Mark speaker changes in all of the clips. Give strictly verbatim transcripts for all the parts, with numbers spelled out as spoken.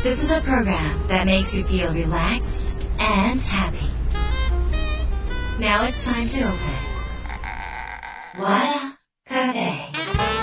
Speaker 1: This is a program that makes you feel relaxed and happy. Now it's time to open Wada Cafe.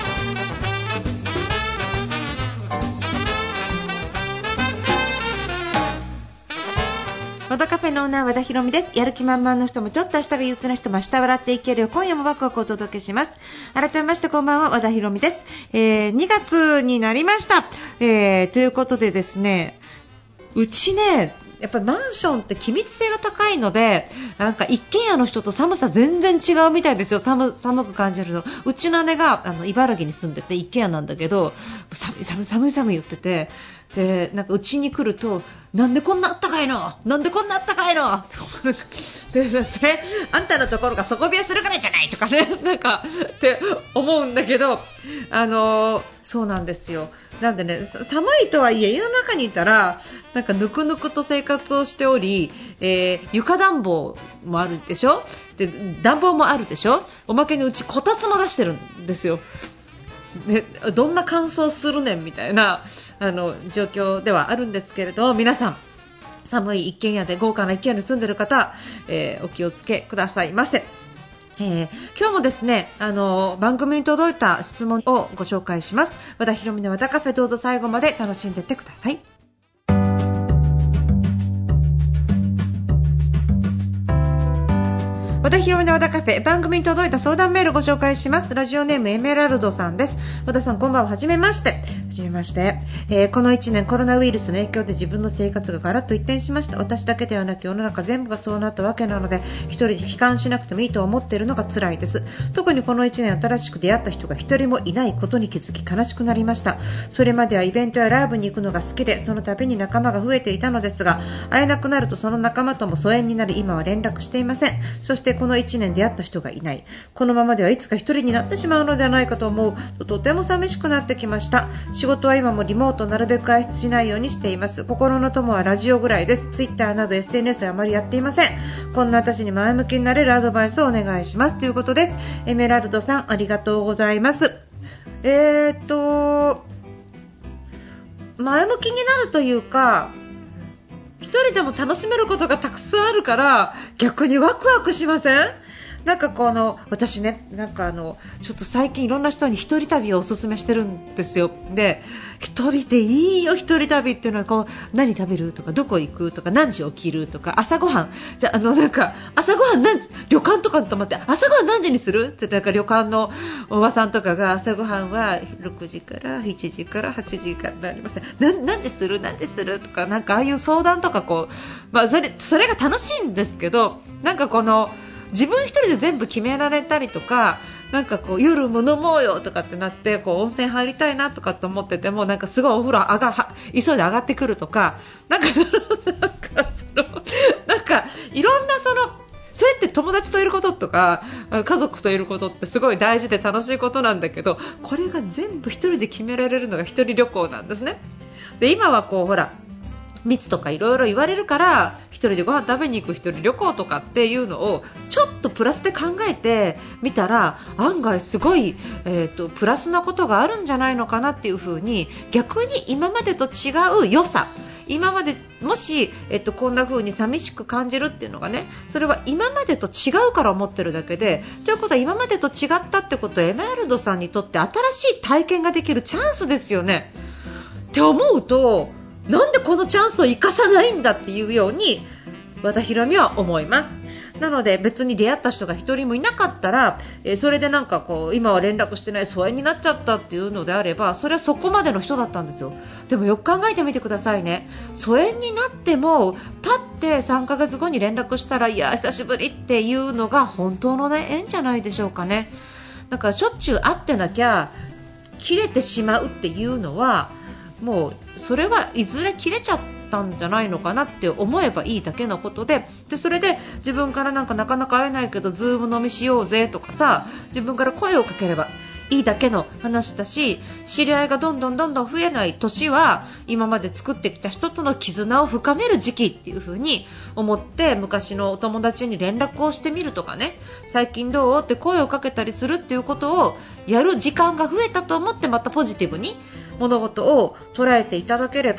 Speaker 2: 和田カフェのオーナー和田博美です。やる気満々の人もちょっと明日が憂鬱な人も明日笑っていけるよ。今夜もワクワクお届けします。改めましてこんばんは、和田博美です。えー、にがつになりました、えー、ということでですね、うちねやっぱりマンションって気密性が高いので、なんか一軒家の人と寒さ全然違うみたいですよ。 寒, 寒く感じるの。うちの姉があの茨城に住んでて一軒家なんだけど、寒い寒い寒い寒い言ってて、でなんかうちに来ると、なんでこんなあったかいのなんでこんなあったかいのそれあんたのところが底冷えするからじゃないとかね、なんかって思うんだけど、あのー、そうなんですよ。なんでね、寒いとはいえ家の中にいたらなんかぬくぬくと生活をしており、えー、床暖房もあるでしょ、で暖房もあるでしょ、おまけにうちこたつも出してるんですよ。ね、どんな乾燥するねんみたいなあの状況ではあるんですけれど、皆さん寒い一軒家で豪華な一軒家に住んでいる方、えー、お気をつけくださいませ。えー、今日もですね、あの番組に届いた質問をご紹介します。和田博美の和田カフェ、どうぞ最後まで楽しんでいってください。和田博美の和田カフェ、番組に届いた相談メールをご紹介します。ラジオネームエメラルドさんです。和田さんこんばんは。はじめまして。はじめまして、えー、このいちねんコロナウイルスの影響で自分の生活がガラッと一変しました。私だけではなく世の中全部がそうなったわけなので、一人で悲観しなくてもいいと思っているのが辛いです。特にこのいちねん新しく出会った人が一人もいないことに気づき悲しくなりました。それまではイベントやライブに行くのが好きで、その度に仲間が増えていたのですが、会えなくなるとその仲間とも疎遠になり、今は連絡していません。そしてこのいちねん出会った人がいない。このままではいつか一人になってしまうのではないかと思うと、とても寂しくなってきました。仕事は今もリモート、なるべく外出しないようにしています。心の友はラジオぐらいです。ツイッターなど エスエヌエス はあまりやっていません。こんな私に前向きになれるアドバイスをお願いしますということです。エメラルドさんありがとうございます。えーっと前向きになるというか、一人でも楽しめることがたくさんあるから逆にワクワクしません？なんかこの私ね、なんかあのちょっと最近いろんな人に一人旅をおすすめしてるんですよ。で、一人でいいよ一人旅っていうのはこう、何食べるとかどこ行くとか何時起きるとか、朝ごはんじゃあのなんか朝ごはん何時、旅館とかに泊まって朝ごはん何時にするってなんか旅館のおばさんとかが、朝ごはんはろくじからしちじからはちじからなりますね、な何時する何時するとか、なんかああいう相談とかこう、まあ、それそれが楽しいんですけど、なんかこの自分一人で全部決められたりとか、なんかこう夜も飲もうよとかってなって、こう温泉入りたいなとかと思ってても、なんかすごいお風呂上がは急いで上がってくるとか、なんかそのなんかそのなんかいろんなそのそれって友達といることとか家族といることってすごい大事で楽しいことなんだけど、これが全部一人で決められるのが一人旅行なんですね。で、今はこうほら密とかいろいろ言われるから、一人でご飯食べに行く一人旅行とかっていうのをちょっとプラスで考えてみたら、案外すごい、えーと、プラスなことがあるんじゃないのかなっていう風に、逆に今までと違う良さ、今までもし、えっと、こんな風に寂しく感じるっていうのがね、それは今までと違うから思ってるだけで、ということは今までと違ったってことはエメラルドさんにとって新しい体験ができるチャンスですよねって思うと、なんでこのチャンスを生かさないんだっていうように和田博美は思います。なので別に出会った人が一人もいなかったら、えー、それでなんかこう今は連絡してない、疎遠になっちゃったっていうのであれば、それはそこまでの人だったんですよ。でもよく考えてみてくださいね。疎遠になってもパッてさんかげつごに連絡したら、いや久しぶりっていうのが本当の、ね、縁じゃないでしょうかね。だからしょっちゅう会ってなきゃ切れてしまうっていうのは、もうそれはいずれ切れちゃったんじゃないのかなって思えばいいだけのことで、でそれで自分からなんかなかなか会えないけどズーム飲みしようぜとかさ、自分から声をかければいいだけの話だし、知り合いがどんどんどんどん増えない年は今まで作ってきた人との絆を深める時期っていう風に思って、昔のお友達に連絡をしてみるとかね、最近どうって声をかけたりするっていうことをやる時間が増えたと思って、またポジティブに物事を捉えていただければ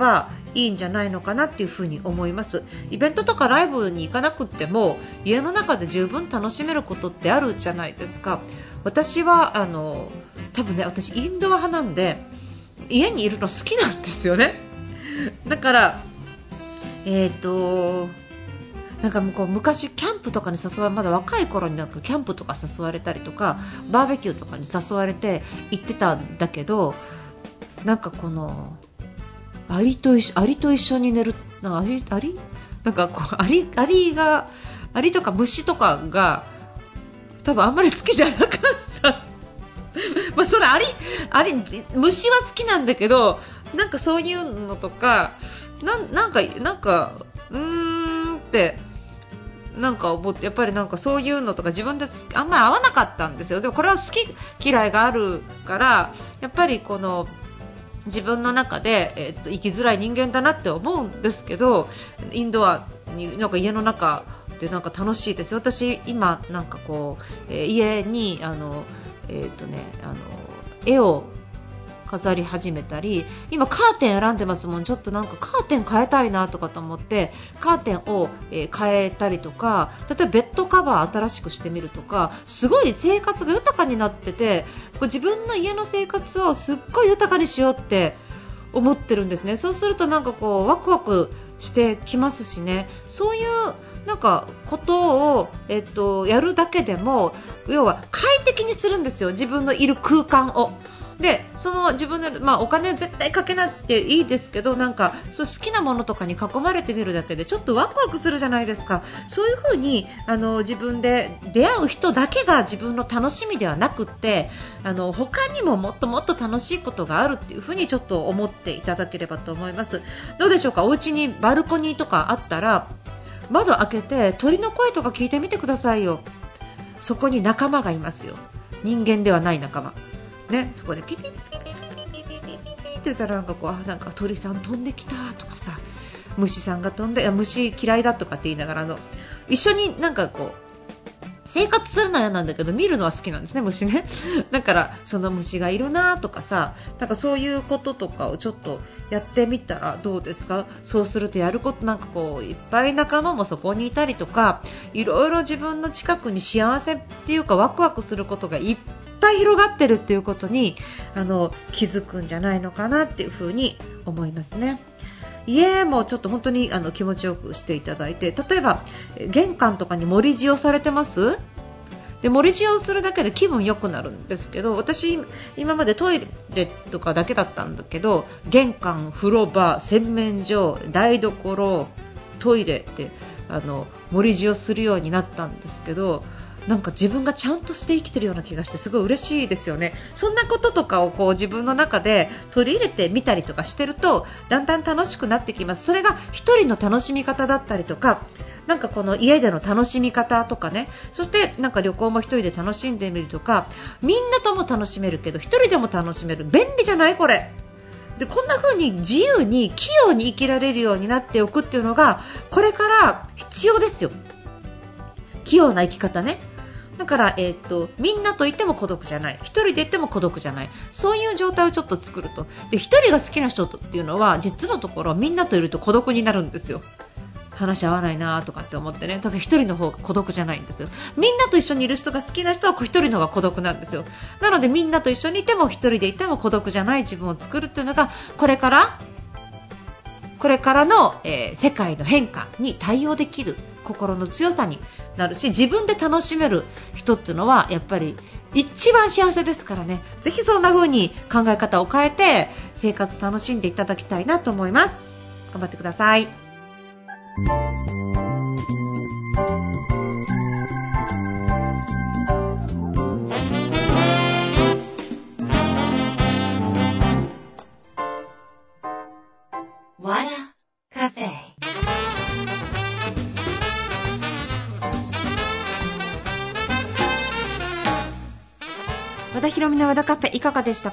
Speaker 2: いいんじゃないのかなっていうふうに思います。イベントとかライブに行かなくっても家の中で十分楽しめることってあるじゃないですか。私はあの多分ね、私インドア派なんで家にいるの好きなんですよね。だからえーとなんかこう昔キャンプとかに誘われ、まだ若い頃になんかキャンプとか誘われたりとかバーベキューとかに誘われて行ってたんだけど、なんかこのアリと一緒、アリと一緒に寝る、なんかアリ、アリなんかこうアリ、アリがアリとか虫とかが多分あんまり好きじゃなかったまあそれアリ、アリ、虫は好きなんだけど、なんかそういうのとか、な、なんかなんかうーんってなんかやっぱりなんかそういうのとか自分であんまり合わなかったんですよ。でもこれは好き嫌いがあるからやっぱりこの自分の中で、えー、っと生きづらい人間だなって思うんですけど、インドアになんか家の中でなんか楽しいですよ。私今なんかこう、えー、家にあの、えーっとね、あの絵を飾り始めたり、今カーテン選んでますもん。ちょっとなんかカーテン変えたいなとかと思ってカーテンを、えー、変えたりとか、例えばベッドカバー新しくしてみるとか、すごい生活が豊かになってて、こう自分の家の生活をすっごい豊かにしようって思ってるんですね。そうするとなんかこうワクワクしてきますしね。そういうなんかことを、えっと、やるだけでも要は快適にするんですよ、自分のいる空間を。でその自分の、まあ、お金絶対かけなくていいですけど、なんかそう好きなものとかに囲まれてみるだけでちょっとワクワクするじゃないですか。そういう風にあの自分で出会う人だけが自分の楽しみではなくって、あの他にももっともっと楽しいことがあるっていう風にちょっと思っていただければと思います。どうでしょうか。お家にバルコニーとかあったら窓開けて鳥の声とか聞いてみてくださいよ。そこに仲間がいますよ。人間ではない仲間ね、そこでピピピピピピピピピピって言ったらなんかこう、あ、なんか鳥さん飛んできたとかさ、虫さんが飛んで、いや虫嫌いだとかって言いながらの一緒になんかこう生活するのは嫌なんだけど見るのは好きなんですね、虫ね。だからその虫がいるなとかさ、なんかそういうこととかをちょっとやってみたらどうですか。そうするとやることなんかこういっぱい仲間もそこにいたりとか、いろいろ自分の近くに幸せっていうかワクワクすることがいっぱいいっぱい広がってるっていうことにあの気づくんじゃないのかなっていうふうに思いますね。家もちょっと本当にあの気持ちよくしていただいて、例えば玄関とかに盛り地をされてます。で盛り地をするだけで気分良くなるんですけど、私今までトイレとかだけだったんだけど、玄関、風呂場、洗面所、台所、トイレってあの盛り地をするようになったんですけど、なんか自分がちゃんとして生きてるような気がしてすごい嬉しいですよね。そんなこととかをこう自分の中で取り入れてみたりとかしてるとだんだん楽しくなってきます。それが一人の楽しみ方だったりとか、なんかこの家での楽しみ方とかね、そしてなんか旅行も一人で楽しんでみるとか、みんなとも楽しめるけど一人でも楽しめる、便利じゃないこれで。こんな風に自由に器用に生きられるようになっておくっていうのがこれから必要ですよ。器用な生き方ね。だから、えー、とみんなといても孤独じゃない、一人でいても孤独じゃない、そういう状態をちょっと作ると。で一人が好きな人っていうのは実のところみんなといると孤独になるんですよ。話合わないなとかって思ってね。だから一人の方が孤独じゃないんですよ。みんなと一緒にいる人が好きな人は一人の方が孤独なんですよ。なのでみんなと一緒にいても一人でいても孤独じゃない自分を作るっていうのがこれからこれからの、えー、世界の変化に対応できる心の強さになるし、自分で楽しめる人っていうのはやっぱり一番幸せですからね。ぜひそんな風に考え方を変えて生活楽しんでいただきたいなと思います。頑張ってください。和田ひろみの和田カフェいかがでしたか。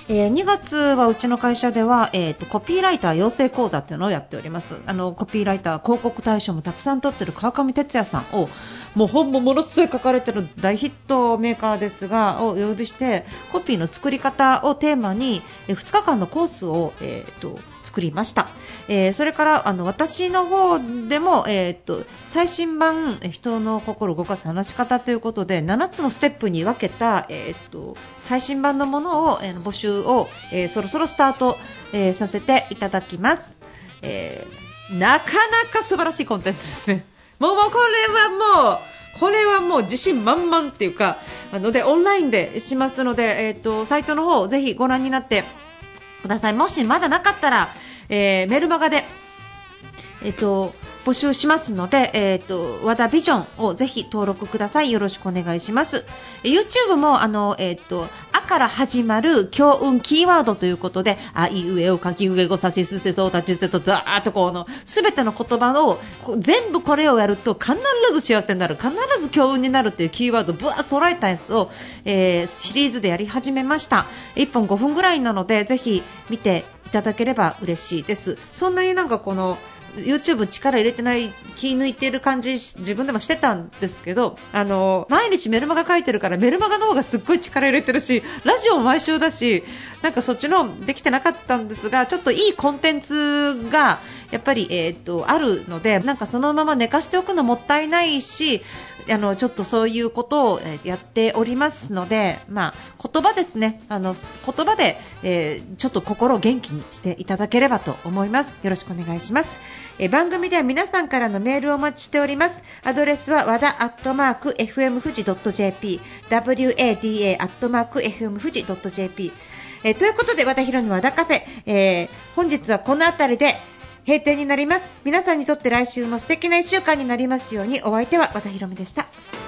Speaker 2: えー、にがつはうちの会社では、えーと、コピーライター養成講座っていうのをやっております。あのコピーライター広告大賞もたくさん取ってる川上哲也さんをもう本もものすごい書かれてる大ヒットメーカーですがをお呼びしてコピーの作り方をテーマにえー、ふつかかんのコースを、えーと作りました。えー、それからあの私の方でも、えー、と最新版人の心を動かす話し方ということでななつのステップに分けた、えー、と最新版のものを、えー、募集を、えー、そろそろスタート、えー、させていただきます。えー、なかなか素晴らしいコンテンツですね。もう、もうこれはもうこれはもう自信満々っていうかあのでオンラインでしますので、えー、とサイトの方ぜひご覧になってください。もしまだなかったら、えー、メルマガで、えー、と募集しますので、えー、と和田ビジョンをぜひ登録ください。よろしくお願いします。えー、YouTube もあの、えー、とあから始まる強運キーワードということであいうえをかきうえごさしすせそうたちせとだーっとこのすべての言葉を全部これをやると必ず幸せになる必ず強運になるというキーワードをぶわー揃えたやつを、えー、シリーズでやり始めました。いっぽんごふんぐらいなのでぜひ見ていただければ嬉しいです。そんなになんかこのYouTube 力入れてない気抜いてる感じ自分でもしてたんですけどあの毎日メルマガ書いてるからメルマガの方がすっごい力入れてるしラジオも毎週だしなんかそっちのできてなかったんですがちょっといいコンテンツがやっぱり、えー、とあるのでなんかそのまま寝かしておくのもったいないしあのちょっとそういうことをやっておりますので、まあ、言葉ですねあの言葉で、えー、ちょっと心を元気にしていただければと思います。よろしくお願いします。えー、番組では皆さんからのメールをお待ちしております。アドレスは和田アットマーク エフエム 富士 ドット ジェーピー ダブリュー エー ディー エー アットマーク エフエム 富士 ドット ジェーピー、えー、ということで和田ヒロの和田カフェ、えー、本日はこのあたりで閉店になります。皆さんにとって来週も素敵ないっしゅうかんになりますように。お相手は和田ヒロミでした。